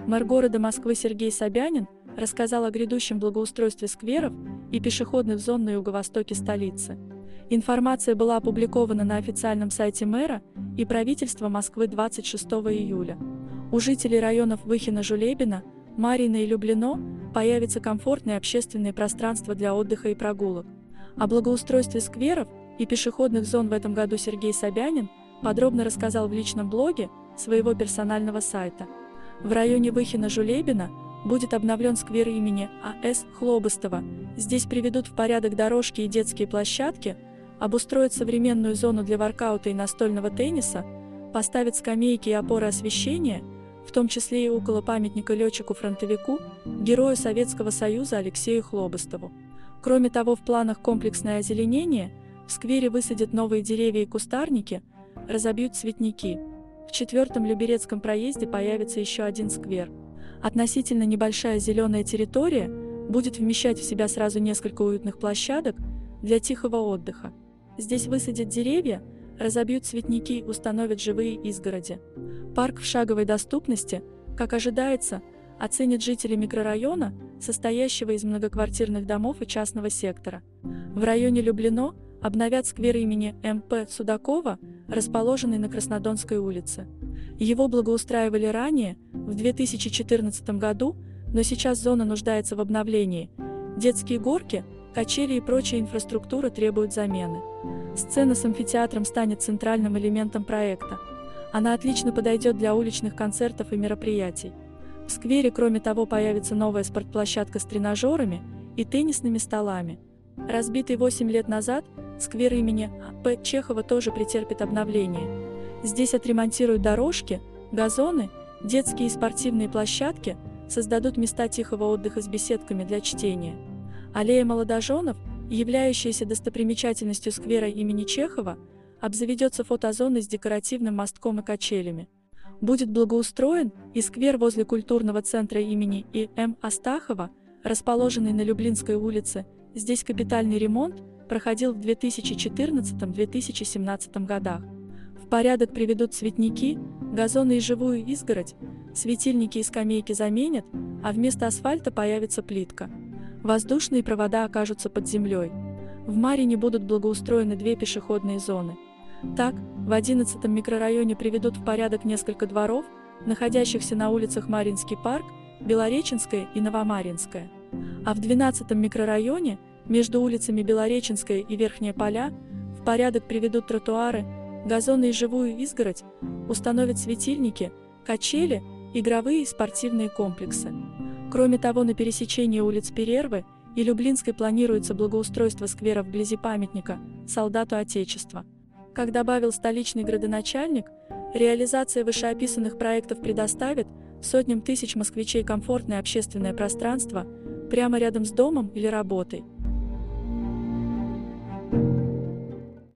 Мэр города Москвы Сергей Собянин рассказал о грядущем благоустройстве скверов и пешеходных зон на юго-востоке столицы. Информация была опубликована на официальном сайте мэра и правительства Москвы 26 июля. У жителей районов Выхино-Жулебино, Марьино и Люблино появится комфортное общественное пространство для отдыха и прогулок. О благоустройстве скверов и пешеходных зон в этом году Сергей Собянин подробно рассказал в личном блоге своего персонального сайта. В районе Выхино-Жулебино будет обновлен сквер имени А.С. Хлобыстова. Здесь приведут в порядок дорожки и детские площадки, обустроят современную зону для воркаута и настольного тенниса, поставят скамейки и опоры освещения, в том числе и около памятника летчику-фронтовику, герою Советского Союза Алексею Хлобыстову. Кроме того, в планах комплексное озеленение, в сквере высадят новые деревья и кустарники, разобьют цветники. В 4-м Люберецком проезде появится еще один сквер. Относительно небольшая зеленая территория будет вмещать в себя сразу несколько уютных площадок для тихого отдыха. Здесь высадят деревья, разобьют цветники и установят живые изгороди. Парк в шаговой доступности, как ожидается, оценят жители микрорайона, состоящего из многоквартирных домов и частного сектора. В районе Люблино обновят сквер имени М.П. Судакова, расположенный на Краснодонской улице. Его благоустраивали ранее, в 2014 году, но сейчас зона нуждается в обновлении. Детские горки, качели и прочая инфраструктура требуют замены. Сцена с амфитеатром станет центральным элементом проекта. Она отлично подойдет для уличных концертов и мероприятий. В сквере, кроме того, появится новая спортплощадка с тренажерами и теннисными столами. Разбитый 8 лет назад, сквер имени А.П. Чехова тоже претерпит обновление. Здесь отремонтируют дорожки, газоны, детские и спортивные площадки, создадут места тихого отдыха с беседками для чтения. Аллея молодоженов, являющаяся достопримечательностью сквера имени Чехова, обзаведется фотозоной с декоративным мостком и качелями. Будет благоустроен и сквер возле культурного центра имени И.М. Астахова, расположенный на Люблинской улице. Здесь капитальный ремонт проходил в 2014-2017 годах. В порядок приведут цветники, газоны и живую изгородь, светильники и скамейки заменят, а вместо асфальта появится плитка. Воздушные провода окажутся под землей. В Марьине будут благоустроены 2 пешеходные зоны. Так, в 11-м микрорайоне приведут в порядок несколько дворов, находящихся на улицах Марьинский парк, Белореченская и Новомарьинская. А в 12-м микрорайоне, между улицами Белореченская и Верхняя Поля, в порядок приведут тротуары, газоны и живую изгородь, установят светильники, качели, игровые и спортивные комплексы. Кроме того, на пересечении улиц Перервы и Люблинской планируется благоустройство сквера вблизи памятника солдату Отечества. Как добавил столичный градоначальник, реализация вышеописанных проектов предоставит сотням тысяч москвичей комфортное общественное пространство прямо рядом с домом или работой.